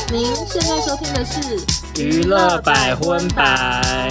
您现在收听的是娱乐百分百。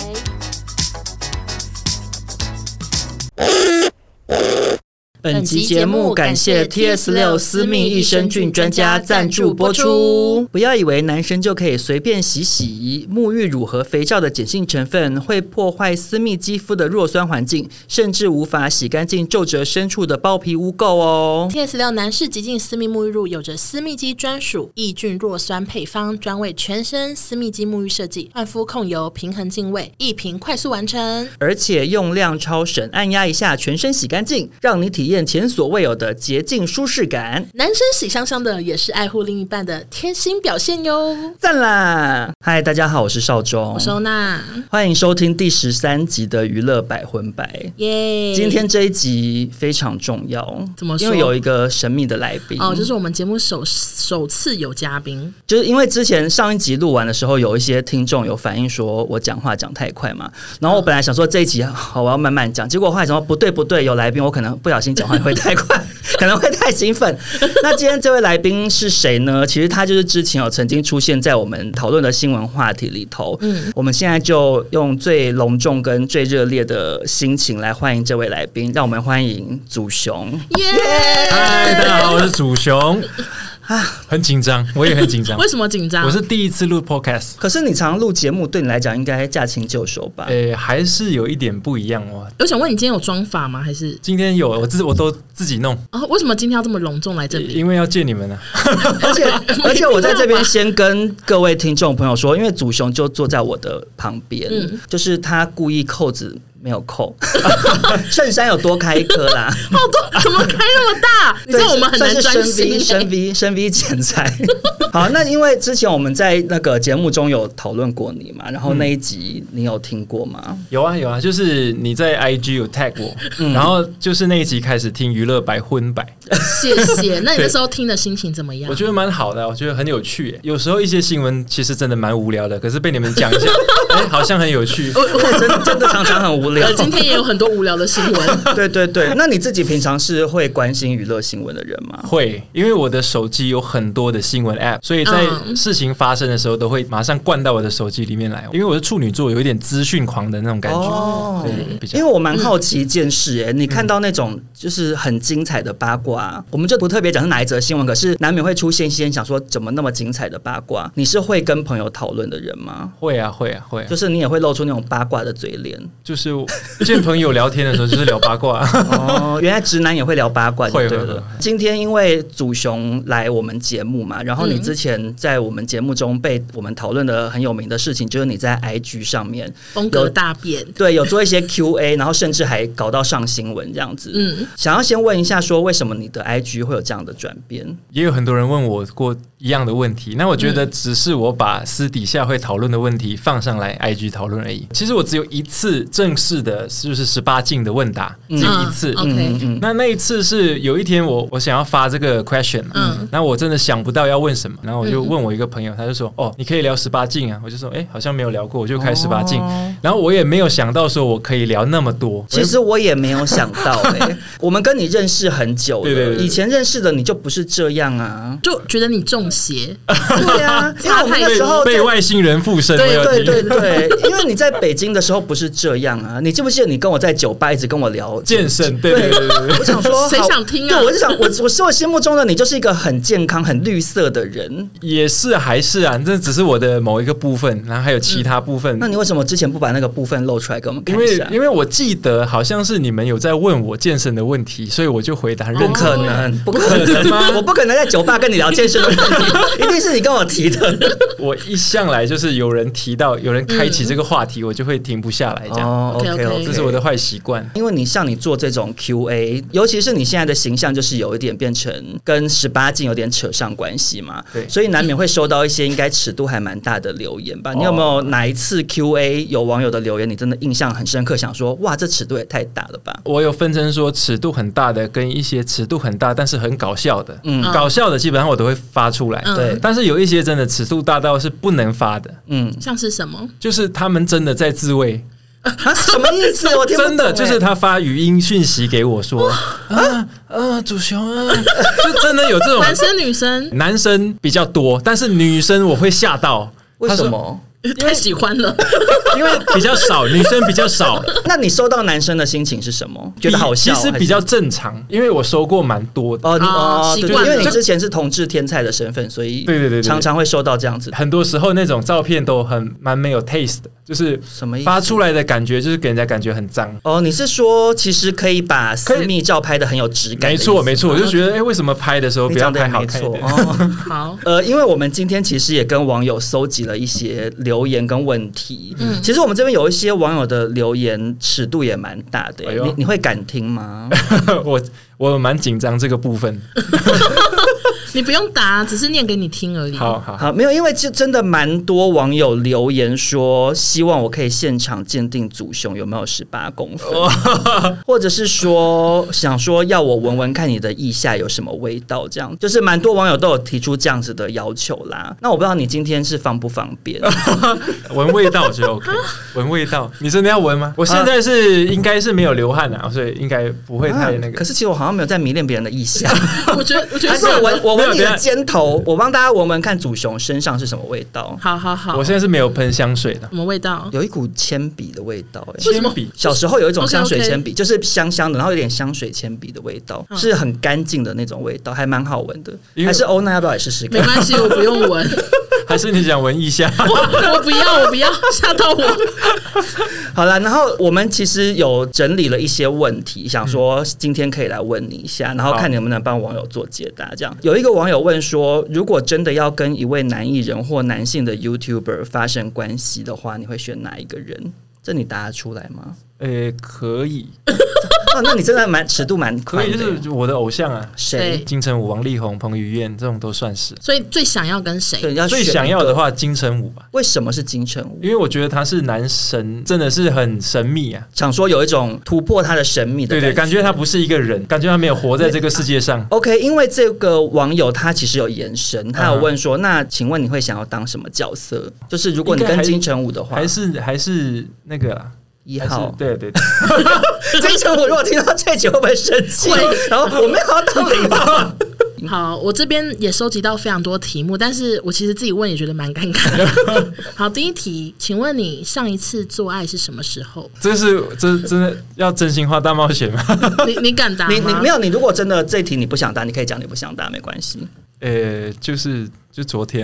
本集节目感谢 TS6 私密益生菌专家赞助播出。不要以为男生就可以随便洗，沐浴乳和肥皂的碱性成分会破坏私密肌肤的弱酸环境，甚至无法洗干净皱褶深处的包皮污垢哦。 TS6 男士极净私密沐浴乳有着私密肌专属抑菌弱酸配方，专为全身私密肌沐浴设计，焕肤控油，平衡净味，一瓶快速完成， 而且用量超省，按压一下全身洗干净，让你体验前所未有的洁净舒适感。 男生洗香香的也是爱护另一半的贴心表现哟， 赞啦！嗨，大家好，我是邵忠， 我是欧娜， 欢迎收听第13集的娱乐百分百。 耶！ 今天这一集非常重要， 怎么说？ 因为有一个神秘的来宾哦，就是我们节目首次有嘉宾， 就是因为之前上一集录完的时候，有一些听众有反映说我讲话讲太快嘛，然后我本来想说这一集好我要慢慢讲，结果后来想说不对，有来宾我可能不小心讲话会太快，可能会太兴奋。那今天这位来宾是谁呢？其实他就是之前有曾经出现在我们讨论的新闻话题里头。我们现在就用最隆重跟最热烈的心情来欢迎这位来宾，让我们欢迎祖雄。 嗨，大家好，我是祖雄。很紧张，我也很紧张。 为什么紧张？ 我是第一次录 podcast， 可是你常录节目，对你来讲应该驾轻就熟吧？ 还是有一点不一样哦。 我想问你，今天有妆发吗？还是今天有？我都自己弄。 为什么今天要这么隆重来这里？ 因为要见你们啊！ 而且我在这边先跟各位听众朋友说，因为祖雄就坐在我的旁边，就是他故意扣子没有扣，衬衫有多开一颗啦， 好多，怎么开那么大？你知道我们很难专心， 深 V 剪裁。好，那因为之前我们在那个节目中有讨论过你嘛，然后那一集你有听过吗？ 有啊，就是你在 IG 有 tag 我，然后就是那一集开始听娱乐百分百。 谢谢。那你那时候听的心情怎么样？ 我觉得蛮好的，我觉得很有趣。有时候一些新闻其实真的蛮无聊的，可是被你们讲一下，好像很有趣。 真的常常很无聊。 今天也有很多无聊的新闻。 对，那你自己平常是会关心娱乐新闻的人吗？ 会，因为我的手机有很多的新闻 app， 所以在事情发生的时候都会马上灌到我的手机里面来。因为我是处女座，有一点资讯狂的那种感觉。 因为我蛮好奇一件事，你看到那种就是很精彩的八卦，我们就不特别讲是哪一则新闻，可是难免会出现一些想说怎么那么精彩的八卦，你是会跟朋友讨论的人吗？ 会啊， 就是你也会露出那种八卦的嘴脸，就是见朋友聊天的时候就是聊八卦。 原来直男也会聊八卦就对了。 会。 今天因为祖雄来我们节目嘛，然后你之前在我们节目中被我们讨论的很有名的事情，就是你在 IG 上面风格大变， 对，有做一些 QA， 然后甚至还搞到上新闻这样子。想要先问一下，说为什么你的 IG 会有这样的转变？ 也有很多人问我过一样的问题，那我觉得只是我把私底下会讨论的问题放上来 IG 讨论而已。其实我只有一次正式的，就是18禁的问答，只有一次。那一次是有一天我想要发这个 question，然后我真的想不到要问什么，然后我就问我一个朋友，他就说你可以聊18禁啊，我就说好像没有聊过，我就开18禁。然后我也没有想到说我可以聊那么多， 其实我也没有想到我们跟你认识很久了， 对， 以前认识的你就不是这样啊， 就觉得你中邪。 对啊，因为我们那时候被外星人附身。 对，因为你在北京的时候不是这样啊，你记不记得你跟我在酒吧一直跟我聊健身？对， 我想说谁想听啊？ 对，我就想我是我心目中的你就是一个很健康很绿色的人。 也是还是啊，这只是我的某一个部分，然后还有其他部分。 那你为什么之前不把那个部分露出来给我们看一下？ 因为我记得好像是你们有在问我健身的问题，所以我就回答不可能吗？我不可能在酒吧跟你聊健身的问题，一定是你跟我提的。 我一向来就是有人提到有人开启这个话题，我就会停不下来这样。 OK， 这是我的坏习惯。 因为像你做这种 QA， 尤其是你现在的形象就是有一点变成跟18禁有点扯上关系嘛，对，所以难免会收到一些应该尺度还蛮大的留言吧。你有没有哪一次 QA 有网友的留言你真的印象很深刻，想说哇这尺度也太大了吧？ 我有分成说尺度很大的跟一些尺度很大但是很搞笑的，搞笑的基本上我都会发出来，对，但是有一些真的尺度大到是不能发的， 像是什么？ 就是他们真的在自慰。 什么意思？我听不懂。 真的就是他发语音讯息给我说祖雄啊，就真的有这种男生女生， 男生比较多，但是女生我会吓到。 为什么？ 太喜欢了， 因为比较少，女生比较少。 那你收到男生的心情是什么？觉得好笑？ 其实比较正常，因为我收过蛮多的。 对，因为你之前是同志天才的身份，所以对，常常会收到这样子。 很多时候那种照片都蛮没有 taste 的，就是什么意思？ 发出来的感觉就是给人家感觉很脏。 你是说其实可以把私密照拍的很有质感？ 没错，我就觉得为什么拍的时候不要拍好看一点？ 好， 因为我们今天其实也跟网友搜集了一些留言跟问题。其实我们这边有一些网友的留言尺度也蛮大的，你会敢听吗？ 我蛮紧张这个部分。 你不用答，只是念给你听而已。 好，没有，因为真的蛮多网友留言说，希望我可以现场鉴定祖雄有没有18公分，或者是说想说要我闻闻看你的腋下有什么味道，这样就是蛮多网友都有提出这样子的要求啦。那我不知道你今天是方不方便？ 闻味道就 OK， 闻味道，你真的要闻吗？我现在应该是没有流汗啊，所以应该不会太那个。 可是其实我好像没有在迷恋别人的腋下， 我觉得还是我闻你的肩头，我帮大家闻闻看祖雄身上是什么味道。 好， 我现在是没有喷香水的。 什么味道？ 有一股铅笔的味道。 铅笔， 小时候有一种香水铅笔，就是香香的，然后有点香水铅笔的味道，是很干净的那种味道，还蛮好闻的。还是欧娜要不要也试试看？ 没关系，我不用闻。 还是你想闻腋下？ 我不要，吓到我。 好了，然后我们其实有整理了一些问题，想说今天可以来问你一下，然后看你能不能帮网友做解答。这样有一个网友问说，如果真的要跟一位男艺人或男性的 YouTuber 发生关系的话，你会选哪一个人？这你答得出来吗？ 可以。 那你真的尺度蛮宽的。 可以，就是我的偶像啊， 谁？ 金城武、王力宏、彭于晏这种都算是。 所以最想要跟谁？ 最想要的话，金城武吧。 为什么是金城武？ 因为我觉得他是男神，真的是很神秘啊。 想说有一种突破他的神秘的对，感觉他不是一个人，感觉他没有活在这个世界上。 OK， 因为这个网友他其实有延伸，他有问说，那请问你会想要当什么角色？就是如果你跟金城武的话， 还是那个啦。 1号， 对， 金城武如果聽到這集會不會生氣？然後我沒有要當0號。 好，我这边也收集到非常多题目，但是我其实自己问也觉得蛮尴尬的。好，第一题，请问你上一次做爱是什么时候？ 这真的要真心话大冒险吗？ 你敢答吗？ 你没有，你如果真的这题你不想答，你可以讲你不想答，没关系。 就昨天。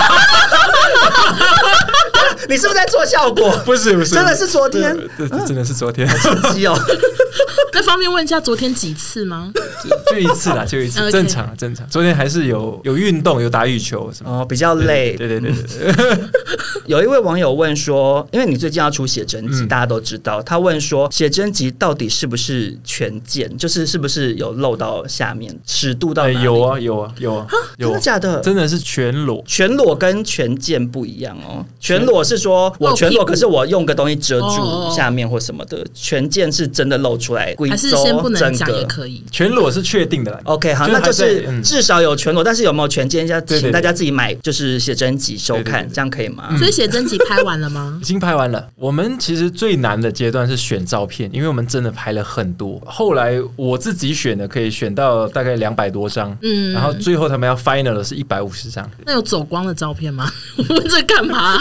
你是不是在做效果？ 不是， 真的是昨天， 真的是昨天， 好刺激哦！ 那方便问一下，昨天几次吗？ 就一次啦，就一次，正常。昨天还是有运动，有打羽球什么比较累。 对。 有一位网友问说，因为你最近要出写真集，大家都知道，他问说，写真集到底是不是全件，就是是不是有露到下面，尺度到哪里？ 有啊， 真的假的？ 真的是全裸， 全裸跟全件不一样哦。全裸是说我全裸，可是我用个东西遮住下面或什么的。全件是真的露出来， 还是先不能讲也可以。 全裸是确定的啦。 OK， 好，那就是至少有全裸，但是有没有全件，请大家自己买，就是写真集收看，这样可以吗？ 所以写真集拍完了吗？ 已经拍完了。我们其实最难的阶段是选照片，因为我们真的拍了很多。后来我自己选的可以选到大概200多张，然后最后他们要 final 的是150张。 那有走光的照片吗？我问这干嘛？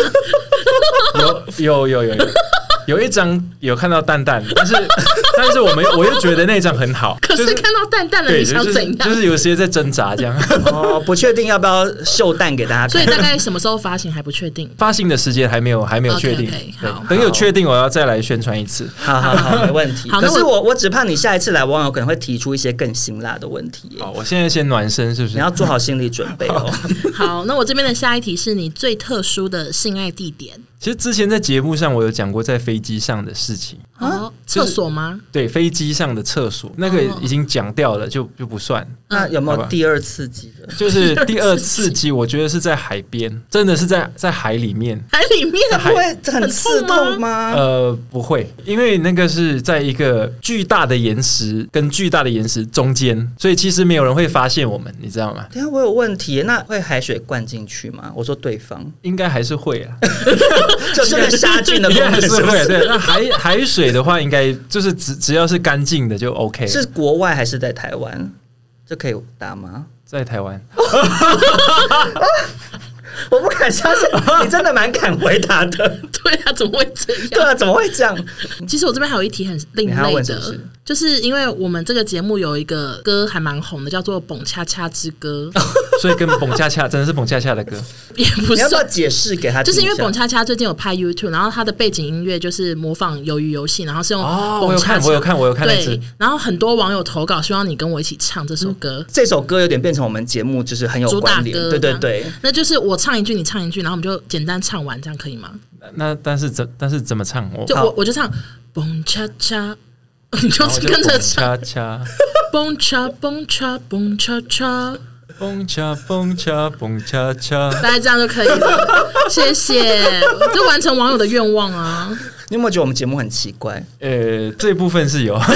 有一张有看到蛋蛋，但是我又觉得那张很好。 可是看到蛋蛋了，你想怎样？ 就是有些在挣扎这样。 不确定要不要秀蛋给大家看。 所以大概什么时候发行还不确定， 发行的时间还没有确定。 好， 等有确定我要再来宣传一次。 好，没问题。可是我只怕你下一次来，网友可能会提出一些更辛辣的问题。 好，我现在先暖身，是不是？ 你要做好心理准备哦。 好，那我这边的下一题是你最特殊的性爱地点。 其实之前在节目上我有讲过在飞机上的事情。 厕所吗？ 对，飞机上的厕所那个已经讲掉了，就不算。 那有没有第二刺激的？ 就是第二刺激，我觉得是在海边，真的是在海里面。 海里面不会很刺痛吗？ 不会，因为那个是在一个巨大的岩石跟巨大的岩石中间，所以其实没有人会发现我们，你知道吗？ 等一下我有问题，那会海水灌进去吗？我说对方应该还是会啊， 就是个杀菌的功能， 还是会。对，那海水的话，应该就是只要是干净的就 OK。 是国外还是在台湾？这可以打吗？ 在台湾。 我不敢相信，你真的蛮敢回答的。 对啊，怎么会这样？ 对啊，怎么会这样？ 其实我这边还有一题很另类的，就是因为我们这个节目有一个歌还蛮红的，叫做《蹦恰恰之歌》， 所以跟蹦恰恰真的是蹦恰恰的歌， 也不是。 你要不要解释给他听一下？ 就是因为蹦恰恰最近有拍 YouTube， 然后他的背景音乐就是模仿鱿鱼游戏，然后是用蹦恰恰。 我有看那支。 对，然后很多网友投稿，希望你跟我一起唱这首歌。 这首歌有点变成我们节目就是很有关联，对对对。 那就是我唱一句，你唱一句，然后我们就简单唱完，这样可以吗？ 那但是怎么唱？ 我就唱蹦恰恰，你就跟着唱。蹦恰蹦恰蹦恰恰。 蹦恰蹦恰蹦恰恰， 大概这样就可以了，谢谢，就完成网友的愿望啊！ 你有没有觉得我们节目很奇怪？ 这一部分是有。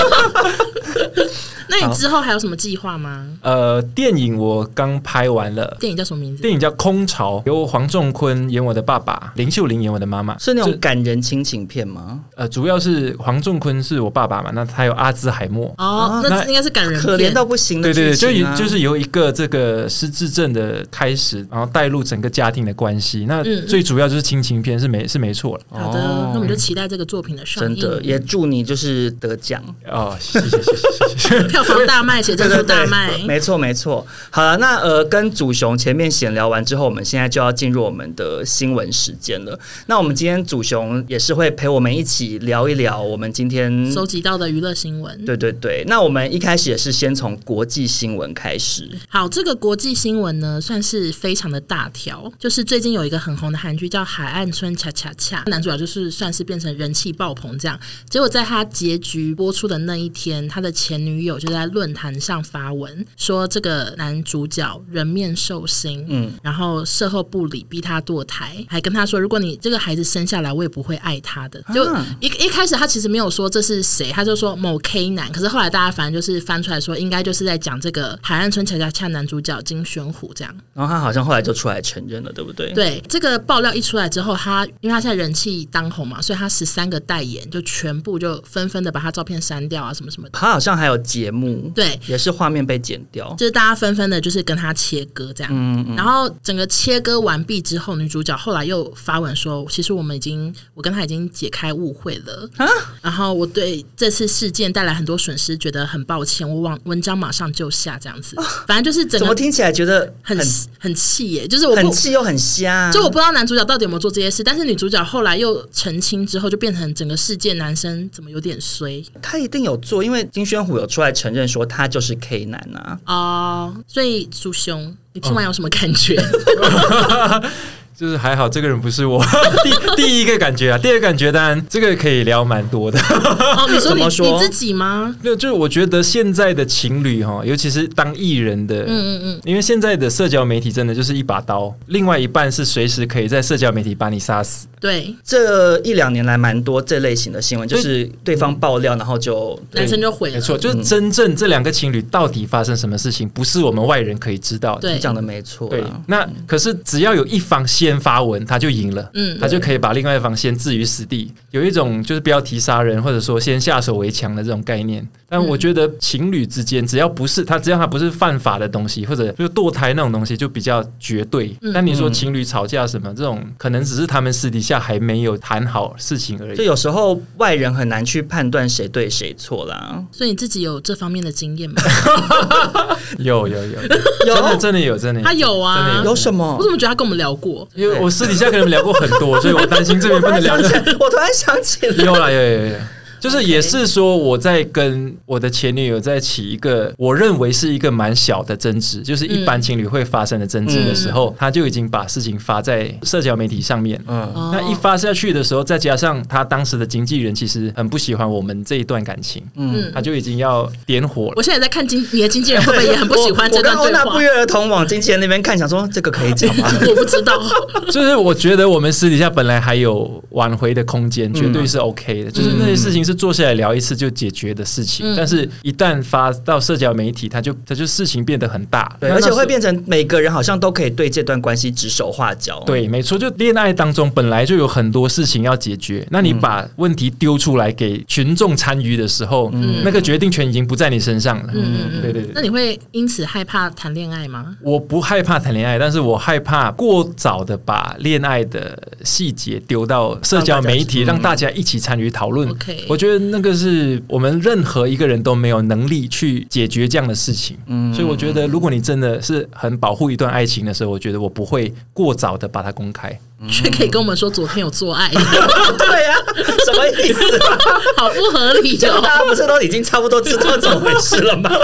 那你之后还有什么计划吗？ 电影我刚拍完了。 电影叫什么名字？ 电影叫《空巢》，由黄仲坤演我的爸爸，林秀玲演我的妈妈。 是那种感人亲情片吗？ 主要是黄仲坤是我爸爸嘛，那他有阿兹海默。 那应该是感人片， 可怜到不行的剧情啊。 就是由一个这个失智症的开始，然后带入整个家庭的关系。那最主要就是亲情片，是没错了。 好的，那我们就期待这个作品的上映。 真的，也祝你就是得奖哦！谢谢。 票房大卖，写真书大卖， 没错没错。好了，那跟祖雄前面闲聊完之后，我们现在就要进入我们的新闻时间了。那我们今天祖雄也是会陪我们一起聊一聊我们今天收集到的娱乐新闻。 对对对，那我们一开始也是先从国际新闻开始。 好，这个国际新闻呢算是非常的大条，就是最近有一个很红的韩剧叫《海岸村恰恰恰》，男主角就是算是变成人气爆棚这样。结果在他结局播出的那一天，他的前女友就在论坛上发文说这个男主角人面兽心，然后事后不理，逼他堕胎，还跟他说如果你这个孩子生下来我也不会爱他的。就一开始他其实没有说这是谁，他就说某 K 男，可是后来大家反正就是翻出来说应该就是在讲这个海岸村恰恰恰男主角金宣虎这样。 然后他好像后来就出来承认了，对不对？ 对，这个爆料一出来之后，因为他现在人气当红嘛，所以他13个代言就全部就纷纷的把他照片删掉啊什么什么的。 他好像还有节目，对，也是画面被剪掉， 就是大家纷纷的就是跟他切割这样。然后整个切割完毕之后，女主角后来又发文说其实我跟他已经解开误会了，然后我对这次事件带来很多损失觉得很抱歉，我文章马上就下这样子。反正就是整个怎么听起来觉得很气耶，就是我很气又很瞎， 就我不知道男主角到底有没有做这些事，但是女主角后来又澄清之后，就变成整个事件男生怎么有点衰。 他一定有做，因为金宣虎有出来承认说他就是 K 男啊。 所以苏兄，你听完有什么感觉？ 就是还好这个人不是我。第一个感觉啊，第二个感觉当然这个可以聊蛮多的。 你说你自己吗？ 没有，就是我觉得现在的情侣尤其是当艺人的，因为现在的社交媒体真的就是一把刀，另外一半是随时可以在社交媒体把你杀死。 对， 这1-2年来蛮多这类型的新闻，就是对方爆料，然后就男生就毁了。 没错，就是真正这两个情侣到底发生什么事情，不是我们外人可以知道的。 对， 你讲的没错。 对，那可是只要有一方先发文，他就赢了，他就可以把另外一方先置于死地。有一种就是标题杀人，或者说先下手为强的这种概念。但我觉得情侣之间，只要他不是犯法的东西，或者就堕胎那种东西，就比较绝对。但你说情侣吵架什么这种，可能只是他们私底下还没有谈好事情而已。 就有时候外人很难去判断谁对谁错啦。 所以你自己有这方面的经验吗？ 有，真的有。 他有啊， 有什么？ 我怎么觉得他跟我们聊过？ 因为我私底下跟你们聊过很多，所以我担心这边不能聊。 我突然想起了， 有啦。 就是也是说我在跟我的前女友在起一个我认为是一个蛮小的争执，就是一般情侣会发生的争执的时候，他就已经把事情发在社交媒体上面。那一发下去的时候，再加上他当时的经纪人其实很不喜欢我们这一段感情，他就已经要点火了。 我现在在看你的经纪人会不会也很不喜欢这段对话？ 我跟欧娜不约而同往经纪人那边看，想说这个可以讲吗？ 我不知道， 就是我觉得我们私底下本来还有挽回的空间，绝对是 OK 的。就是那些事情是坐下来聊一次就解决的事情，但是一旦发到社交媒体，它就事情变得很大， 对，而且会变成每个人好像都可以对这段关系指手画脚。 对，没错，就恋爱当中本来就有很多事情要解决，那你把问题丢出来给群众参与的时候，那个决定权已经不在你身上了。对对对。 那你会因此害怕谈恋爱吗？ 我不害怕谈恋爱，但是我害怕过早的把恋爱的细节丢到社交媒体，让大家一起参与讨论。我觉得那个是我们任何一个人都没有能力去解决这样的事情。所以我觉得，如果你真的是很保护一段爱情的时候，我觉得我不会过早的把它公开。 却可以跟我们说昨天有做爱。 对啊，什么意思？ 好不合理哦！ 大家不是都已经差不多知道怎么回事了吗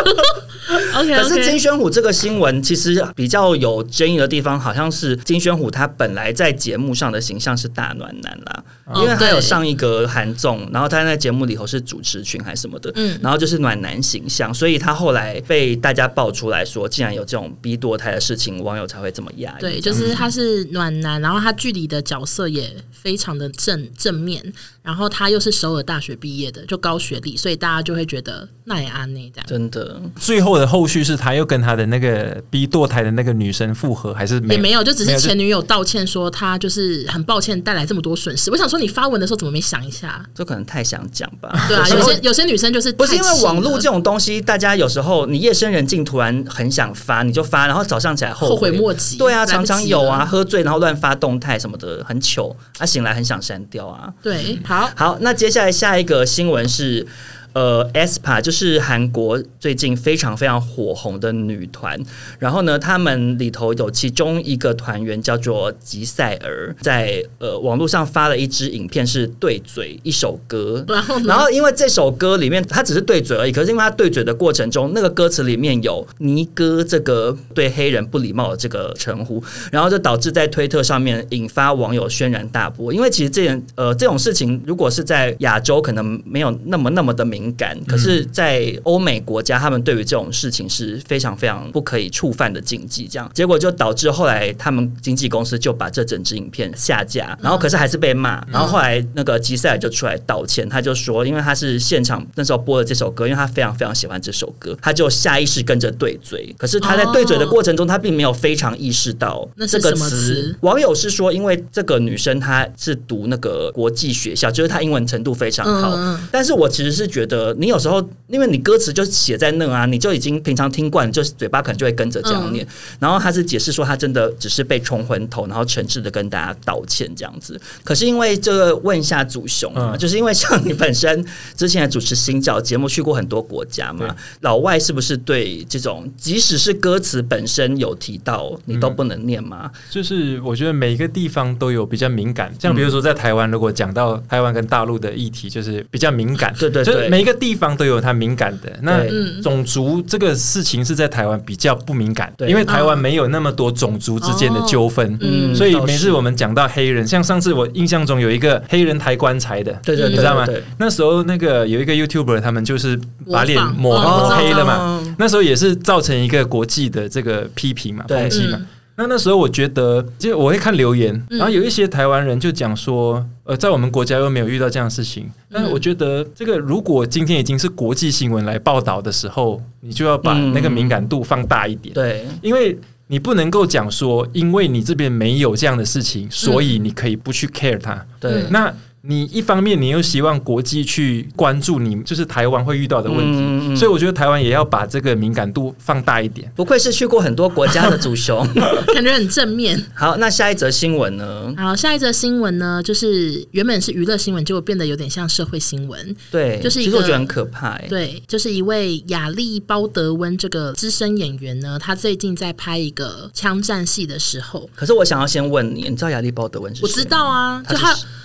？OK， 可是金宣虎这个新闻其实比较有争议的地方，好像是金宣虎他本来在节目上的形象是大暖男啦，因为他有上一个韩综，然后他在节目里头是主持群还是什么的，然后就是暖男形象，所以他后来被大家爆出来说，竟然有这种逼堕胎的事情，网友才会这么压抑。 对，就是他是暖男，然后他剧里的角色也非常的正面，然后他又是首尔大学毕业的，就高学历，所以大家就会觉得那也安内这样。 真的， 最后的后续是他又跟他的那个逼堕胎的那个女生复合，还是也没有，就只是前女友道歉说他就是很抱歉带来这么多损失。我想说，你发文的时候怎么没想一下？ 这可能太想讲吧。 对啊，有些女生就是不是因为网络这种东西，大家有时候你夜深人静突然很想发，你就发，然后早上起来后悔莫及。 对啊，常常有啊，喝醉然后乱发动态什么的，很糗。醒来很想删掉啊。 对，好， 那接下来下一个新闻是。aespa 就是韩国最近非常非常火红的女团，然后呢，他们里头有其中一个团员叫做吉赛儿，在网络上发了一支影片，是对嘴一首歌，然后因为这首歌里面他只是对嘴而已，可是因为他对嘴的过程中，那个歌词里面有尼哥这个对黑人不礼貌的这个称呼，然后就导致在推特上面引发网友轩然大波，因为其实这种事情如果是在亚洲可能没有那么的敏感，可是在欧美国家他们对于这种事情是非常非常不可以触犯的禁忌，这样结果就导致后来他们经纪公司就把这整支影片下架，然后可是还是被骂，然后后来那个吉赛尔就出来道歉，他就说因为他是现场那时候播的这首歌，因为他非常非常喜欢这首歌，他就下意识跟着对嘴，可是他在对嘴的过程中他并没有非常意识到这个词。网友是说因为这个女生她是读那个国际学校，就是她英文程度非常好，但是我其实是觉得你有时候因为你歌词就写在那啊，你就已经平常听惯，你就嘴巴可能就会跟着这样念，然后他是解释说他真的只是被冲昏头，然后诚挚的跟大家道歉这样子。可是因为这个问一下祖雄就是因为像你本身之前主持新教节目去过很多国家嘛，老外是不是对这种即使是歌词本身有提到你都不能念吗？ 就是我觉得每一个地方都有比较敏感，像比如说在台湾，如果讲到台湾跟大陆的议题，就是比较敏感，对对对，就是每一个地方都有它敏感的。那种族这个事情是在台湾比较不敏感，因为台湾没有那么多种族之间的纠纷，所以每次我们讲到黑人，像上次我印象中有一个黑人抬棺材的，对对，你知道吗？那时候那个有一个 YouTuber， 他们就是把脸抹黑了嘛，那时候也是造成一个国际的这个批评嘛，抨击嘛。那时候我觉得，就我会看留言，然后有一些台湾人就讲说，在我们国家又没有遇到这样的事情。但是我觉得，这个如果今天已经是国际新闻来报道的时候，你就要把那个敏感度放大一点。对，因为你不能够讲说，因为你这边没有这样的事情，所以你可以不去 care 它。对，那你一方面你又希望国际去关注你就是台湾会遇到的问题，所以我觉得台湾也要把这个敏感度放大一点。 不愧是去过很多国家的祖雄感觉很正面。 好，那下一则新闻呢？ 好，下一则新闻呢，就是原本是娱乐新闻，结果变得有点像社会新闻。 对，就是其实我觉得很可怕对，就是一位亚历鲍德温这个资深演员呢，他最近在拍一个枪战戏的时候。 可是我想要先问你，你知道亚历鲍德温是谁？ 我知道啊，就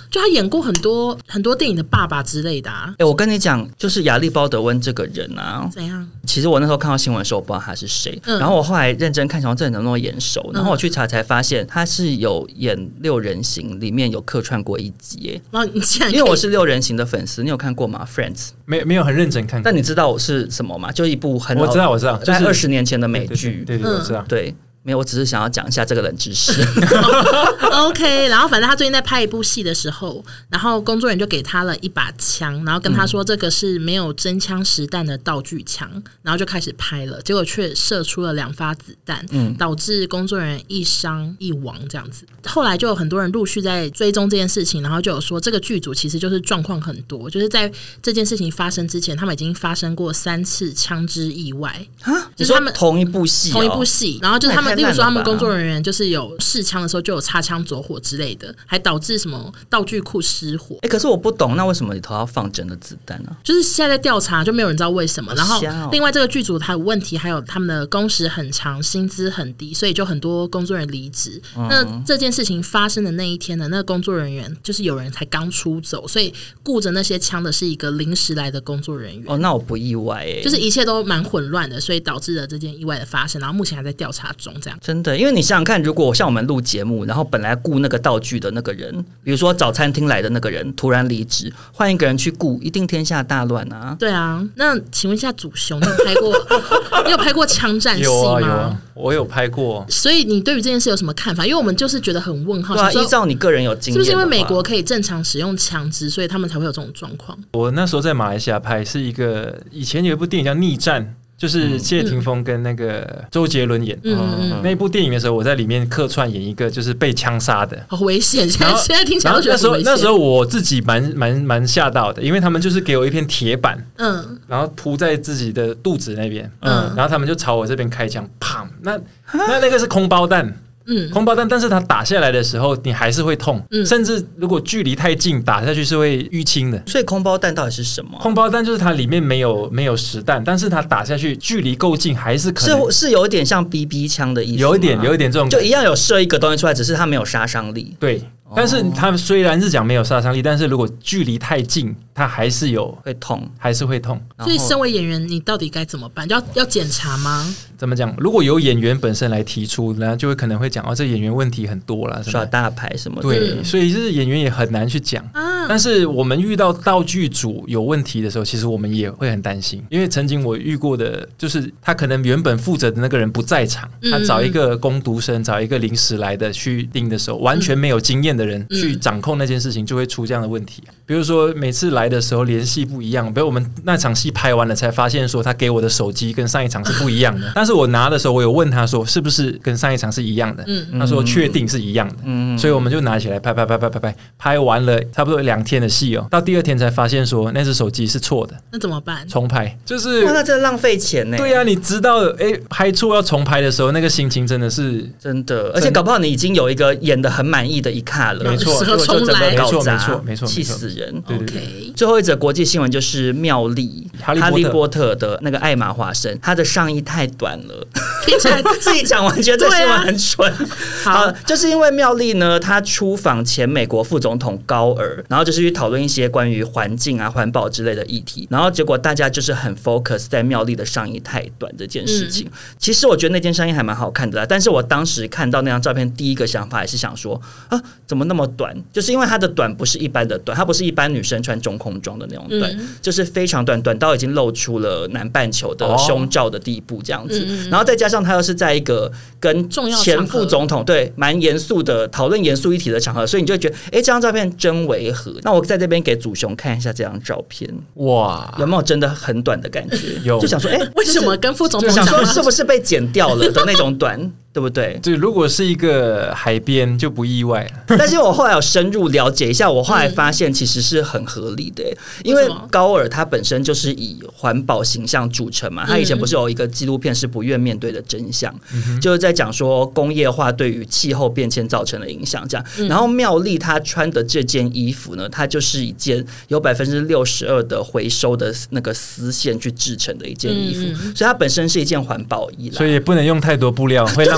就他演过很多很多电影的爸爸之类的啊。 我跟你讲，就是亚历鲍德温这个人啊， 怎样？ 其实我那时候看到新闻的时候，我不知道他是谁，然后我后来认真看，想说这人怎么那么眼熟，然后我去查才发现他是有演《六人行》里面有客串过一集耶。 然后你竟然因为我是《六人行》的粉丝，你有看过吗 ？Friends 没有很认真看过。 但你知道我是什么吗？就一部很老我知道， 就是20年前的美剧。 对，我知道。 对。没有，我只是想要讲一下这个冷知识。 OK， 然后反正他最近在拍一部戏的时候，然后工作人员就给他了一把枪，然后跟他说这个是没有真枪实弹的道具枪，然后就开始拍了，结果却射出了2发子弹，导致工作人员1伤1亡这样子。后来就有很多人陆续在追踪这件事情，然后就有说这个剧组其实就是状况很多，就是在这件事情发生之前，他们已经发生过3次枪支意外啊！ 就是他们同一部戏， 然后就是他们。例如说，他们工作人员就是有试枪的时候就有擦枪走火之类的，还导致什么道具库失火。 可是我不懂，那为什么里头要放真的子弹呢？ 就是现在在调查，就没有人知道为什么。然后另外这个剧组它有问题，还有他们的工时很长，薪资很低，所以就很多工作人员离职。那这件事情发生的那一天呢，那个工作人员就是有人才刚出走，所以顾着那些枪的是一个临时来的工作人员。 那我不意外就是一切都蛮混乱的，所以导致了这件意外的发生。然后目前还在调查中。 真的，因为你想想看，如果像我们录节目，然后本来顾那个道具的那个人，比如说早餐厅来的那个人突然离职，换一个人去顾，一定天下大乱啊！ 对啊，那请问一下祖雄，你有拍过枪战戏吗？ 有啊，我有拍过。 所以你对于这件事有什么看法？因为我们就是觉得很问号。 对啊，依照你个人有经验， 是不是因为美国可以正常使用枪支，所以他们才会有这种状况？ 我那时候在马来西亚拍，是一个以前有一部电影叫《逆战》。就是谢霆锋跟那个周杰伦演那一部电影的时候，我在里面客串演一个就是被枪杀的， 好危险！现在听起来都觉得很危险。 那时候我自己蛮吓到的，因为他们就是给我一片铁板，然后铺在自己的肚子那边，然后他们就朝我这边开枪，砰！那个是空包弹。空包弹，但是它打下来的时候，你还是会痛，甚至如果距离太近，打下去是会淤青的。 所以空包弹到底是什么？ 空包弹就是它里面没有实弹，但是它打下去距离够近，还是可能是有一点像 BB 枪的意思吗？ 有一点这种， 就一样有射一个东西出来，只是它没有杀伤力。 对。但是它虽然是讲没有杀伤力，但是如果距离太近，它还是会痛， 还是会痛。 所以身为演员，你到底该怎么办？要检查吗？ 怎么讲？如果由演员本身来提出，然后就会可能会讲这演员问题很多啦， 耍大牌什么的。 对，所以就是演员也很难去讲。但是我们遇到道具组有问题的时候，其实我们也会很担心，因为曾经我遇过的，就是他可能原本负责的那个人不在场，他找一个工读生，找一个临时来的去盯的时候，完全没有经验的人去掌控那件事情，就会出这样的问题。比如说每次来的时候联系不一样，比如我们那场戏拍完了才发现说他给我的手机跟上一场是不一样的，但是我拿的时候我有问他说是不是跟上一场是一样的，他说确定是一样的，所以我们就拿起来拍完了差不多2天的戏到第2天才发现说那只手机是错的， 那怎么办？ 重拍，就是那真的浪费钱呢。 对啊，你知道拍错要重拍的时候，那个心情真的是真的，而且搞不好你已经有一个演得很满意的一卡了， 没错， 就整个搞砸， 没错， 气死人。 对， 最后一则国际新闻就是妙丽哈利波特的那个艾玛华生，她的上衣太短了， 听起来自己讲完觉得这新闻很蠢。好，就是因为妙丽呢，她出访前美国副总统高尔，然后就是去讨论一些关于环境啊、环保之类的议题，然后结果大家就是很 focus 在妙丽的上衣太短这件事情。其实我觉得那件上衣还蛮好看的啦，但是我当时看到那张照片，第一个想法也是想说怎么那么短？就是因为它的短不是一般的短，它不是一般女生穿中空装的那种短，就是非常短，短到已经露出了南半球的胸罩的地步这样子。然后再加上他又是在一个跟前副总统对蛮严肃的讨论严肃议题的场合，所以你就会觉得这张照片真违和。那我在这边给祖雄看一下这张照片，哇，有没有真的很短的感觉？ 有， 就想说为什么跟副总统想说是不是被剪掉了的那种短，对不对？ 对，如果是一个海边就不意外了。 但是我后来有深入了解一下，我后来发现其实是很合理的，因为高尔他本身就是以环保形象著称嘛，他以前不是有一个纪录片是不愿面对的真相，就是在讲说工业化对于气候变迁造成的影响这样。然后妙丽她穿的这件衣服呢，它就是一件有62%的回收的那个丝线去制成的一件衣服，所以它本身是一件环保衣啦， 所以也不能用太多布料，会浪费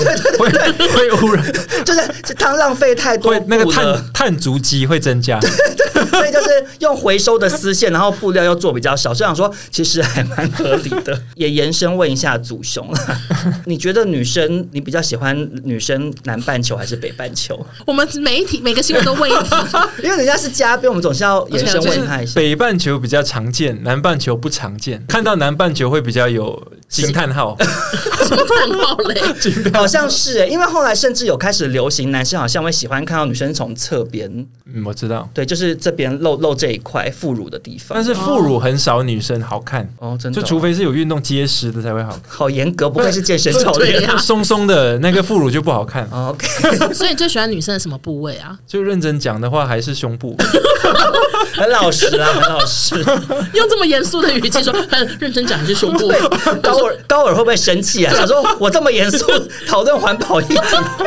会污染， 就是汤浪费太多， 会那个碳足迹会增加。 所以就是用回收的丝线，然后布料又做比较少，所以想说其实还蛮合理的。也延伸问一下祖雄啦，你觉得女生你比较喜欢女生南半球还是北半球？ 我们每个新闻都问一题， 因为人家是嘉宾，我们总是要延伸问他一下。 北半球比较常见，南半球不常见。看到南半球会比较有惊叹号， 惊叹号嘞， 好像是因为后来甚至有开始流行，男生好像会喜欢看到女生从侧边。 我知道， 对，就是这边露这一块副乳的地方。 但是副乳很少女生好看哦，真的， 就除非是有运动结实的才会好看。 好严格，不愧是健身教练。 松松的那个副乳就不好看。 OK， 所以你最喜欢女生的什么部位啊？ 就认真讲的话，还是胸部。 很老实啊，很老实。 用这么严肃的语气说，很认真讲还是胸部。 高尔会不会生气啊？想说我这么严肃讨论环保议题。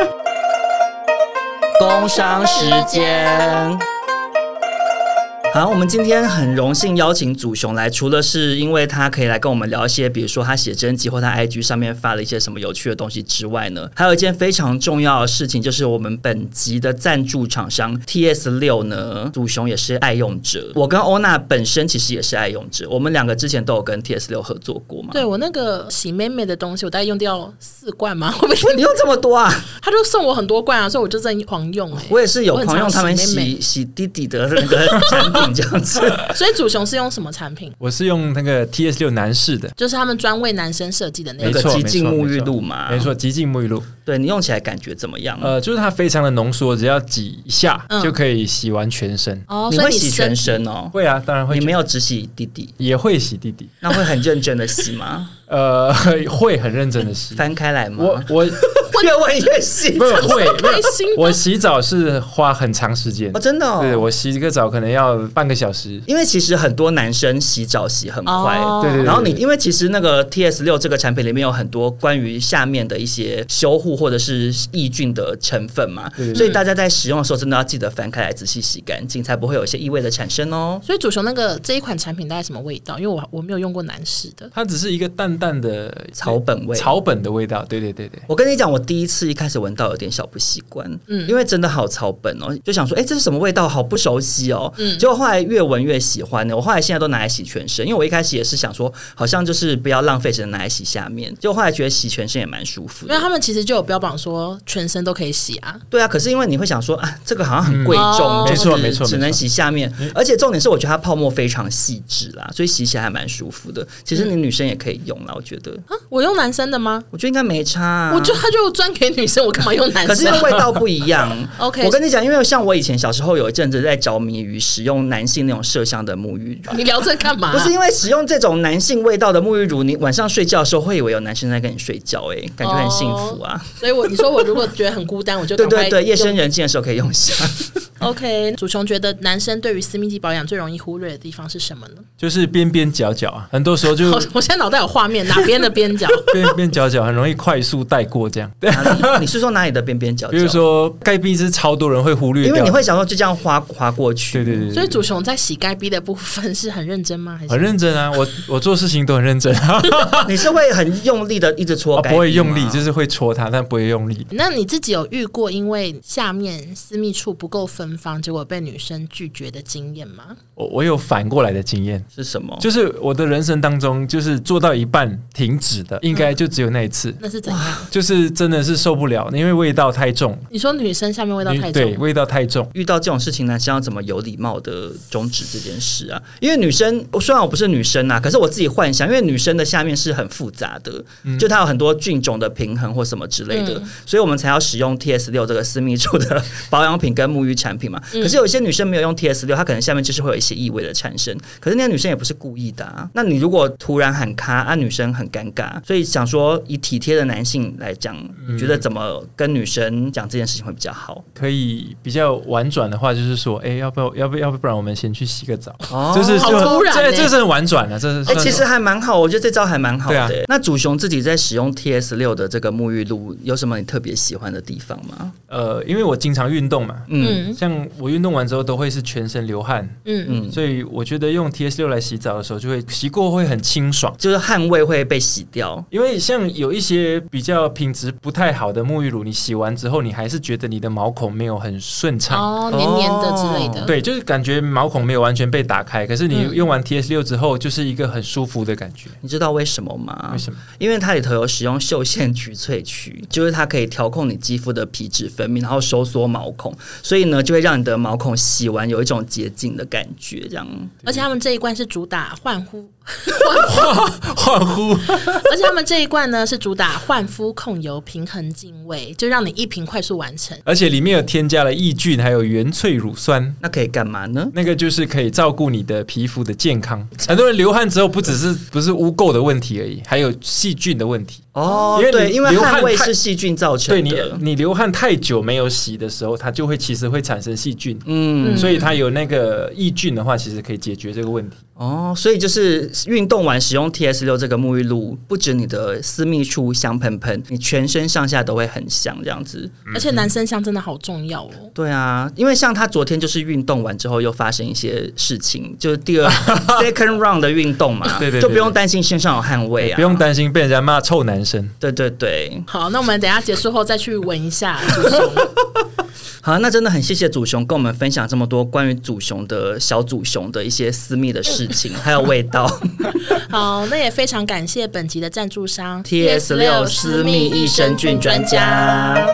工商时间。好，我们今天很荣幸邀请祖雄来，除了是因为他可以来跟我们聊一些，比如说他写真集或他 IG 上面发了一些什么有趣的东西之外呢，还有一件非常重要的事情，就是我们本集的赞助厂商 TS6 呢，祖雄也是爱用者。我跟欧娜本身其实也是爱用者，我们两个之前都有跟 TS6 合作过嘛。 对，我那个洗妹妹的东西，我大概用掉4罐吗？会不会你用这么多啊？ 他就送我很多罐啊，所以我就在狂用我也是有狂用他们洗弟弟的那个产品。这样子， 所以祖雄是用什么产品？ 我是用那个 TS6 男士的， 就是他们专为男生设计的那个极净沐浴露嘛。 没错，极净沐浴露。 对，你用起来感觉怎么样？ 就是它非常的浓缩，只要挤一下就可以洗完全身。 哦， 你会洗全身哦？ 会啊，当然会。 你没有只洗弟弟？ 也会洗弟弟。 那会很认真的洗吗？ 会很认真的洗。 翻开来吗？ 我越问越细， 不会。我洗澡是花很长时间哦，真的。 对，我洗一个澡可能要半个小时。 因为其实很多男生洗澡洗很快， 对。 然后因为其实那个 TS6 这个产品里面有很多关于下面的一些修护或者是抑菌的成分嘛，所以大家在使用的时候真的要记得翻开来仔细洗干净，才不会有一些异味的产生哦。 所以祖雄这一款产品大概什么味道？因为我没有用过男士的， 它只是一个淡淡的草本味， 草本的味道。对。 我跟你讲，我第一开始闻到有点小不习惯，因为真的好草本哦，就想说，这是什么味道？好不熟悉哦。结果后来越闻越喜欢呢。我后来现在都拿来洗全身，因为我一开始也是想说，好像就是不要浪费，只能拿来洗下面。结果后来觉得洗全身也蛮舒服的， 因为他们其实就有标榜说全身都可以洗啊。 对啊，可是因为你会想说啊，这个好像很贵重， 没错， 只能洗下面。而且重点是，我觉得它泡沫非常细致啦，所以洗起来还蛮舒服的。其实你女生也可以用啦，我觉得。 我用男生的吗？ 我觉得应该没差啊。 我觉得它就专给女生，我干嘛用男生？ 可是因为味道不一样。 OK， 我跟你讲，因为像我以前小时候有一阵子在着迷于使用男性那种麝香的沐浴乳。 你聊这干嘛？ 不是因为使用这种男性味道的沐浴乳，你晚上睡觉的时候会以为有男生在跟你睡觉，感觉很幸福啊。 所以你说我如果觉得很孤单，我就对，夜深人静的时候可以用一下。 OK， 祖雄觉得男生对于私密肌保养最容易忽略的地方是什么呢？ 就是边边角角啊，很多时候就我现在脑袋有画面，哪边的边角？ 边边角角很容易快速带过这样。 你是说哪里的边边角角？ 比如说该逼是超多人会忽略掉， 因为你会想说就这样划过去。 对。 所以祖雄在洗该逼的部分是很认真吗？还是很认真啊？我做事情都很认真啊。 你是会很用力的一直搓该逼吗？ 不会用力，就是会戳它，但不会用力。 那你自己有遇过因为下面私密处不够芬芳，结果被女生拒绝的经验吗？ 我有反过来的经验。 是什么？ 就是我的人生当中，就是做到一半停止的，应该就只有那一次。 那是怎样？ 就是真的是受不了，因为味道太重。 你说女生下面味道太重？ 对，味道太重。 遇到这种事情，男生要怎么有礼貌的终止这件事啊？因为女生，虽然我不是女生啊，可是我自己幻想，因为女生的下面是很复杂的，就它有很多菌种的平衡或什么之类的，所以我们才要使用 TS6 这个私密处的保养品跟沐浴产品嘛。可是有一些女生没有用 TS6，她可能下面就是会有一些异味的产生。可是那些女生也不是故意的啊。那你如果突然喊卡啊，女生很尴尬。所以想说，以体贴的男性来讲，你觉得怎么跟女生讲这件事情会比较好？ 可以比较婉转的话，就是说，要不然我们先去洗个澡。 好突然欸， 这是很婉转的，这是其实还蛮好，我觉得这招还蛮好的。那祖雄自己在使用 TS6 的这个沐浴露， 有什么你特别喜欢的地方吗？ 因为我经常运动嘛， 嗯像我运动完之后都会是全身流汗，所以我觉得用 TS6 来洗澡的时候，就会洗过会很清爽， 就是汗味会被洗掉。 因为像有一些比较品质不太好的沐浴乳，你洗完之后，你还是觉得你的毛孔没有很顺畅， 黏黏的之类的。 对，就是感觉毛孔没有完全被打开，可是你用完 TS6 之后，就是一个很舒服的感觉。 你知道为什么吗？ 为什么？ 因为它里头有使用溴腺菊萃取，就是它可以调控你肌肤的皮脂分泌，然后收缩毛孔，所以呢就会让你的毛孔洗完有一种洁净的感觉，这样。 而且他们这一罐是主打焕肤，而且他们这一罐呢是主打焕肤控油平衡净味，就让你一瓶快速完成。 而且里面有添加了抑菌，还有原萃乳酸。 那可以干嘛呢？ 那个就是可以照顾你的皮肤的健康。很多人流汗之后不是污垢的问题而已，还有细菌的问题。 哦，对，因为汗味是细菌造成的。 对，你流汗太久没有洗的时候，它就会其实会产生细菌。所以它有那个抑菌的话，其实可以解决这个问题。 哦，所以就是运动完使用 TS6 这个沐浴露，不止你的私密处香喷喷，你全身上下都会很香这样子。 而且男生香真的好重要哦。 对啊，因为像他昨天就是运动完之后又发生一些事情，就是第二 second round 的运动嘛， 对， 就不用担心身上有汗味啊， 不用担心被人家骂臭男生。 对对对。 好，那我们等一下结束后再去闻一下祖雄。 好，那真的很谢谢祖雄跟我们分享这么多关于祖雄的小祖雄的一些私密的事情，还有味道。 好，那也非常感谢本集的赞助商 TS6 私密益生菌专家。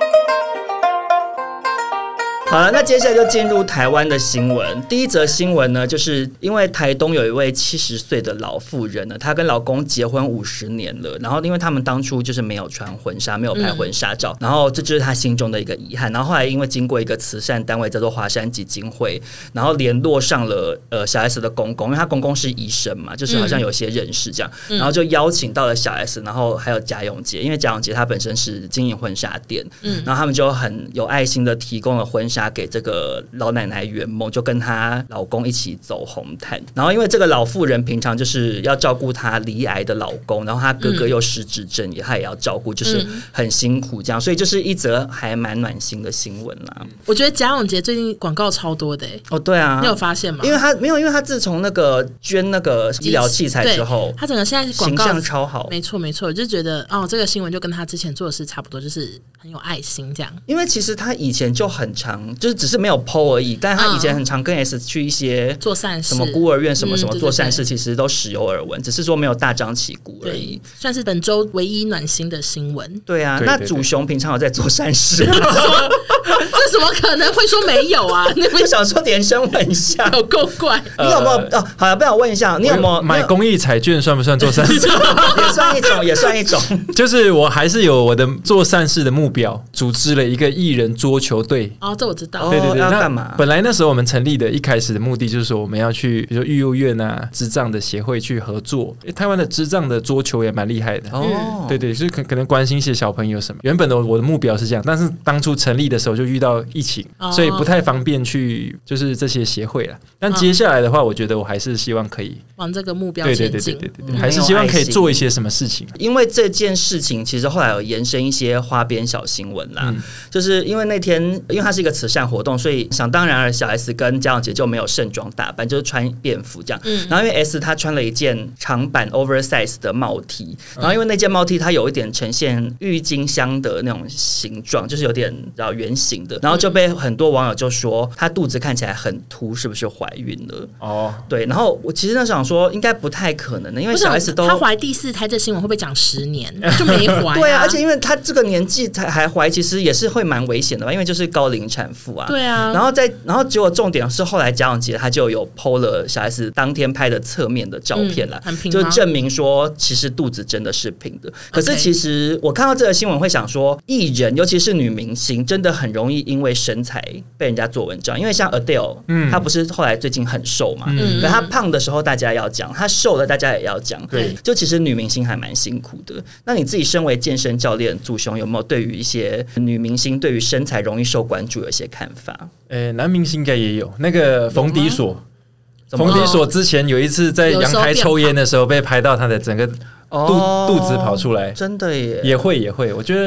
好了，那接下来就进入台湾的新闻。第一则新闻呢，就是因为台东有一位70岁的老妇人呢，她跟老公结婚50年了，然后因为他们当初就是没有穿婚纱，没有拍婚纱照，然后这就是她心中的一个遗憾。然后后来因为经过一个慈善单位叫做华山基金会，然后联络上了小 S 的公公，因为他公公是医生嘛，就是好像有些认识这样，然后就邀请到了小 S， 然后还有贾永杰，因为贾永杰他本身是经营婚纱店，然后他们就很有爱心的提供了婚纱给这个老奶奶圆梦，就跟她老公一起走红毯。然后因为这个老妇人平常就是要照顾她罹癌的老公，然后她哥哥又失智症，她也要照顾，就是很辛苦这样，所以就是一则还蛮暖心的新闻啦。 我觉得贾永杰最近广告超多的哦，对啊， 你有发现吗？ 因为他没有，因为他自从那个捐那个医疗器材之后， 他整个现在广告形象超好。 没错没错，就觉得这个新闻就跟他之前做的事差不多，就是很有爱心这样。 因为其实他以前就很常，就是只是没有 PO 而已，但他以前很常跟 S 去一些做善事， 什么孤儿院什么什么做善事，其实都时有耳闻，只是说没有大张旗鼓而已。 算是本周唯一暖心的新闻。 对啊，那祖雄平常有在做善事？ 这怎么可能会说没有啊？ 我想说连声问一下， 有够怪。 你有没有？好了，不要问一下，你有没有买公益彩券算不算做善事？ 也算一种，也算一种。 就是我还是有我的做善事的目标，组织了一个艺人桌球队。 哦，这我知道。 对对对， 要干嘛？ 本来那时候我们成立的一开始的目的就是说，我们要去比如说育幼院啊、智障的协会去合作。台湾的智障的桌球也蛮厉害的。哦，对对，就是可能关心一些小朋友什么。原本的我的目标是这样，但是当初成立的时候就遇到疫情，所以不太方便去就是这些协会了。但接下来的话，我觉得我还是希望可以往这个目标前进。 对，还是希望可以做一些什么事情。 因为这件事情其实后来有延伸一些花边小新闻啦，就是因为那天因为它是一个慈善活动，所以想当然而小 S 跟嘉永杰就没有盛装打扮，就是穿便服这样。然后因为 S 她穿了一件长版 oversize 的帽 T， 然后因为那件帽 T 它有一点呈现郁金香的那种形状，就是有点圆形的，然后就被很多网友就说她肚子看起来很凸，是不是怀孕了？哦，对。然后我其实那时候想说应该不太可能的，因为小 S 都她怀第4胎，这新闻会不会讲10年就没怀？ 对啊，而且因为她这个年纪还怀，其实也是会蛮危险的吧，因为就是高龄产妇啊。 对啊。 然后结果重点是后来贾永杰他就有 PO 了小 S 当天拍的侧面的照片啦，就证明说其实肚子真的是平的。可是其实我看到这个新闻会想说，艺人尤其是女明星真的很容易因为身材被人家做文章，因为像 Adele，她不是后来最近很瘦嘛，可她胖的时候大家要讲，她瘦了大家也要讲，对，就其实女明星还蛮辛苦的。那你自己身为健身教练，祖雄有没有对于一些女明星对于身材容易受关注有一些看法？ 男明星应该也有，那个冯迪索。冯迪索之前有一次在阳台抽烟的时候被拍到他的整个肚子跑出来， 真的耶， 也会。我觉得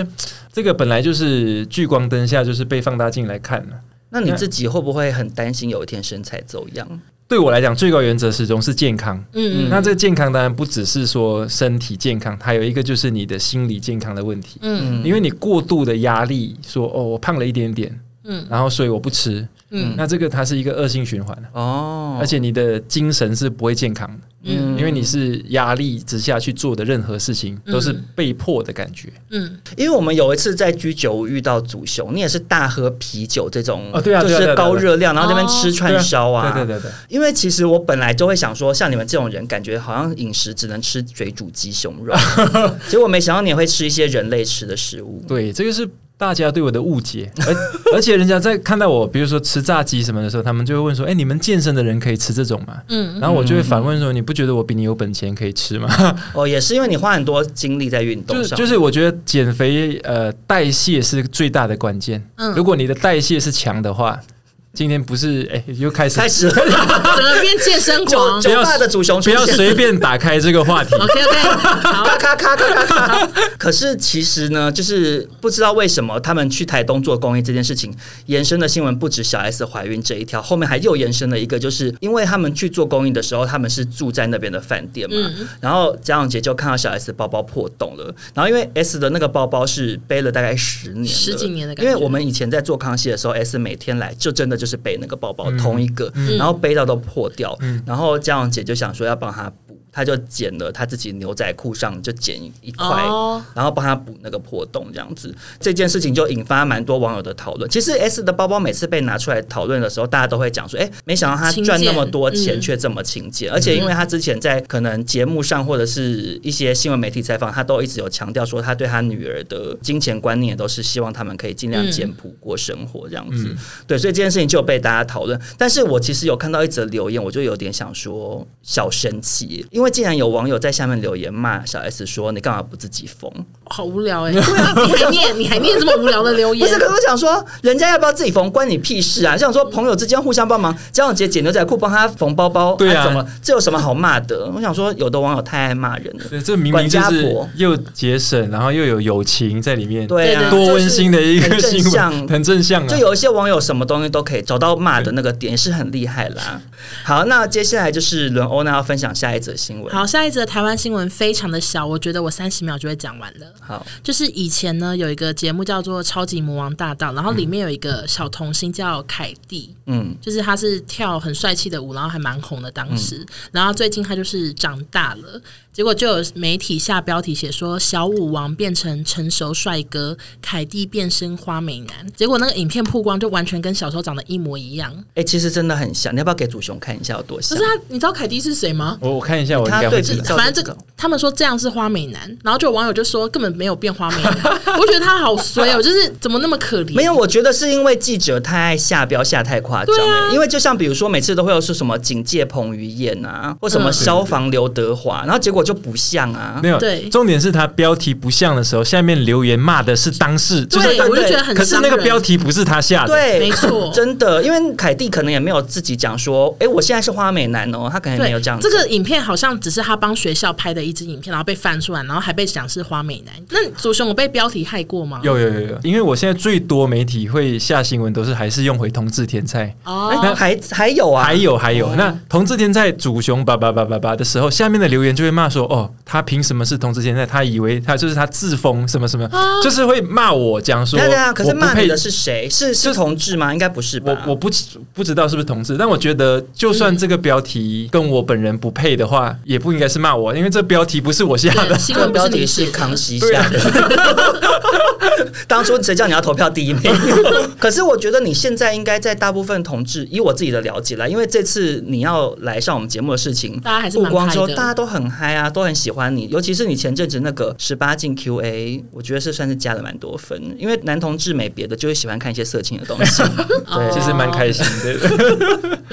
这个本来就是聚光灯下就是被放大镜来看了。 那你自己会不会很担心有一天身材走样？ 对我来讲，最高原则始终是健康。那这个健康当然不只是说身体健康，还有一个就是你的心理健康的问题。因为你过度的压力，说我胖了一点点，然后所以我不吃，那这个它是一个恶性循环而且你的精神是不会健康的。因为你是压力之下去做的任何事情都是被迫的感觉。 因为我们有一次在居酒屋遇到祖雄，你也是大喝啤酒这种， 对啊， 就是高热量，然后那边吃串烧啊， 对。 因为其实我本来就会想说，像你们这种人，感觉好像饮食只能吃水煮鸡胸肉，结果没想到你也会吃一些人类吃的食物。 对，这个是大家对我的误解，而且人家在看到我，比如说吃炸鸡什么的时候，他们就会问说：“你们健身的人可以吃这种吗？”然后我就会反问说：“你不觉得我比你有本钱可以吃吗？” 也是因为你花很多精力在运动上。 就是我觉得减肥代谢是最大的关键。如果你的代谢是强的话。今天不是又开始整个变健身狂， 酒吧的祖雄出现， 不要随便打开这个话题。 OK， 好， 咔。可是其实呢，就是不知道为什么他们去台东做公益这件事情，延伸的新闻不止小 S 怀孕这一条，后面还又延伸了一个，就是因为他们去做公益的时候，他们是住在那边的饭店嘛，然后蒋永杰就看到小 S 包包破洞了，然后因为 S 的那个包包是背了大概10几年的感觉，因为我们以前在做康熙的时候 ，S 每天来就真的就是背那个包包，同一个，然后背到都破掉，然后江永姐就想说要帮他补，他就剪了他自己牛仔裤上就剪一块，然后帮他补那个破洞，这样子，这件事情就引发蛮多网友的讨论。其实 S 的包包每次被拿出来讨论的时候，大家都会讲说，没想到他赚那么多钱却这么勤俭，而且因为他之前在可能节目上或者是一些新闻媒体采访，他都一直有强调说，他对他女儿的金钱观念都是希望他们可以尽量简朴过生活这样子。对，所以这件事情就有被大家讨论。但是我其实有看到一则留言，我就有点想说小生气，因为竟然有网友在下面留言骂小 S 说你干嘛不自己缝， 好无聊对啊，你还念这么无聊的留言？ 不是，可是我想说，人家要不要自己缝关你屁事啊？像说朋友之间互相帮忙，江永杰剪牛仔裤帮他缝包包， 对啊， 怎么这有什么好骂的？我想说，有的网友太爱骂人了， 对，这明明就是又节省，然后又有友情在里面， 对啊， 多温馨的一个新闻，很正向。 就有一些网友什么东西都可以找到骂的那个点，是很厉害啦。好，那接下来就是轮欧娜要分享下一则新闻。 好，下一则台湾新闻非常的小，我觉得我30秒就会讲完了。 好， 就是以前呢有一个节目叫做《超级魔王大道》，然后里面有一个小童星叫凯蒂，就是他是跳很帅气的舞，然后还蛮红的当时，然后最近他就是长大了，结果就有媒体下标题写说小舞王变成成熟帅哥，凯蒂变身花美男，结果那个影片曝光就完全跟小时候长得一模一样。 其实真的很像，你要不要给祖雄看一下有多像？ 可是你知道凯蒂是谁吗？ 我看一下，我应该会知道。 反正这个他们说这样是花美男，然后就有网友就说根本没有变花美男，我觉得他好衰哦，就是怎么那么可怜？ 没有，我觉得是因为记者太爱下标下太夸张，因为就像比如说每次都会有说什么警戒彭于晏啊，或什么消防刘德华，然后结果就不像啊。 没有，重点是他标题不像的时候，下面留言骂的是当事， 对，我就觉得很伤人。 可是那个标题不是他下的， 对， 没错， 真的，因为凯蒂可能也没有自己讲说，我现在是花美男哦，他可能没有这样。 这个影片好像只是他帮学校拍的一支影片，然后被翻出来，然后还被讲是花美男。那祖雄有被标题害过吗？ 有，因为我现在最多媒体会下新闻都是还是用回同志天菜那还有啊， 还有，那同志天菜祖雄叭的时候，下面的留言就会骂说，他凭什么是同志天菜？他以为他就是他自封什么什么，就是会骂我讲说， 可是骂你的是谁？是同志吗？应该不是吧？ 我不知道是不是同志，但我觉得就算这个标题跟我本人不配的话，也不应该是骂我，因为这标题不是我下的， 新闻标题是康熙下的。当初谁叫你要投票第一名？可是我觉得你现在应该在大部分同志，以我自己的了解啦，因为这次你要来上我们节目的事情， 大家还是曝光之后，大家都很嗨啊，都很喜欢你。尤其是你前阵子那个18禁 QA， 我觉得是算是加了蛮多分，因为男同志没别的，就会喜欢看一些色情的东西。对， 其实蛮开心的。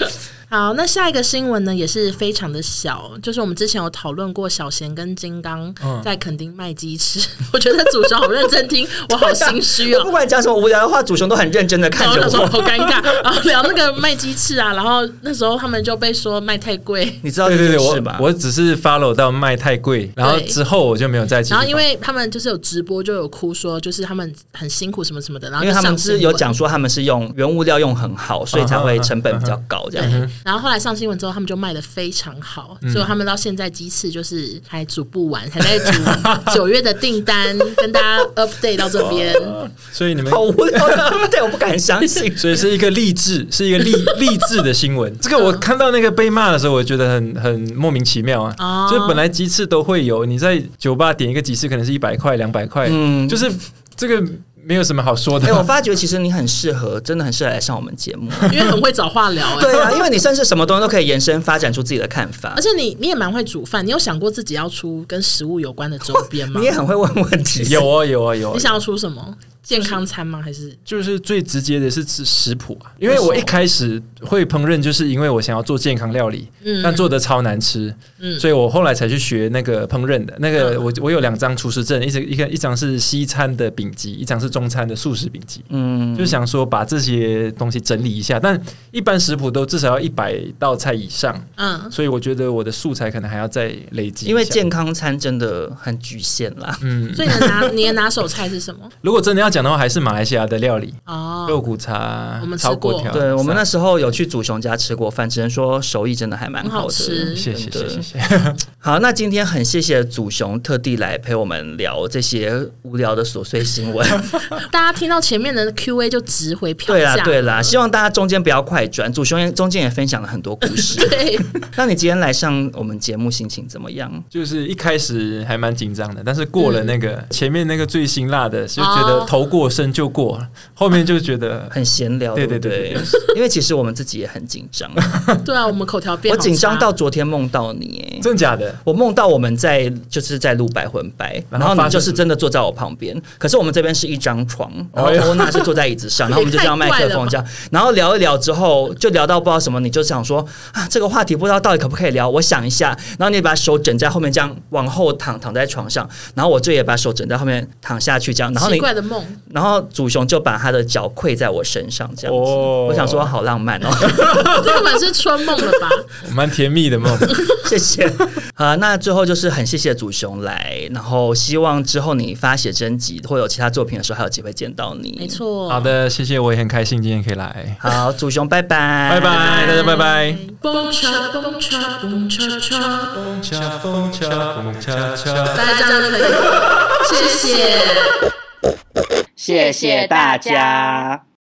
好，那下一个新闻呢也是非常的小，就是我们之前有讨论过小贤跟金刚在垦丁卖鸡翅，我觉得祖雄好认真听，我好心虚哦。 不管讲什么无聊的话，祖雄都很认真的看着我， 好尴尬。然后聊那个卖鸡翅啊，然后那时候他们就被说卖太贵， 你知道这件事吧？ 我只是 follow 到卖太贵，然后之后我就没有再继续。 然后因为他们就是有直播，就有哭说，就是他们很辛苦什么什么的，然后因为他们是有讲说他们是用原物料用很好，所以才会成本比较高这样。 然后后来上新闻之后，他们就卖得非常好，所以他们到现在鸡翅就是还煮不完，还在煮9月的订单，跟大家 update 到这边。 所以你们好无聊的 update， 我不敢相信。 所以是一个励志的新闻。这个我看到那个被骂的时候，我觉得很莫名其妙啊。就是本来鸡翅都会有，你在酒吧点一个鸡翅可能是100块、200块，就是这个。没有什么好说的。 我发觉其实你很适合，真的很适合来上我们节目， 因为很会找话聊。 对啊，因为你甚至什么东西都可以延伸发展出自己的看法， 而且你也蛮会煮饭。你有想过自己要出跟食物有关的周边吗？ 你也很会问问题。 有啊。 你想要出什么？健康餐吗？还是就是最直接的是食谱啊？因为我一开始会烹饪，就是因为我想要做健康料理，但做的超难吃，所以我后来才去学那个烹饪的。那个我有2张厨师证，一张是西餐的丙级，一张是中餐的素食丙级。就想说把这些东西整理一下，但一般食谱都至少要100道菜以上，所以我觉得我的素材可能还要再累积一下， 因为健康餐真的很局限啦。 所以你的拿手菜是什么？ 如果真的要讲的话，还是马来西亚的料理肉骨茶、炒粿条。 对，我们那时候有去祖雄家吃过饭，只能说手艺真的还蛮好的。 谢谢。 好，那今天很谢谢祖雄特地来陪我们聊这些无聊的琐碎新闻。 大家听到前面的 Q&A 就值回票价。 对啦，希望大家中间不要快转。祖雄中间也分享了很多故事。 对， 那你今天来上我们节目心情怎么样？ 就是一开始还蛮紧张的，但是过了那个前面那个最辛辣的，就觉得头过身就过了，后面就觉得很闲聊。对，因为其实我们自己也很紧张。 对啊，我们口条变好差。 我紧张到昨天梦到你， 真的假的？ 我梦到我们就是在录百分百，然后你就是真的坐在我旁边，可是我们这边是一张床，然后欧娜是坐在椅子上，然后我们就这样麦克风这样，然后聊一聊之后就聊到不知道什么，你就想说啊这个话题不知道到底可不可以聊，我想一下，然后你把手枕在后面这样往后躺在床上，然后我就也把手枕在后面躺下去这样，然后奇怪的梦， 然后祖雄就把他的脚跪在我身上这样子，我想说好浪漫哦， 这根本是春梦了吧？ 蛮甜蜜的梦， 谢谢。好，那最后就是很谢谢祖雄来，然后希望之后你发写真集或有其他作品的时候还有机会见到你。 没错。 好的，谢谢，我也很开心今天可以来。 好，祖雄拜拜， 拜拜，大家拜拜。 蹦恰蹦恰蹦恰恰蹦恰蹦恰蹦恰恰， 大家这样就可以，谢谢， 谢谢大家。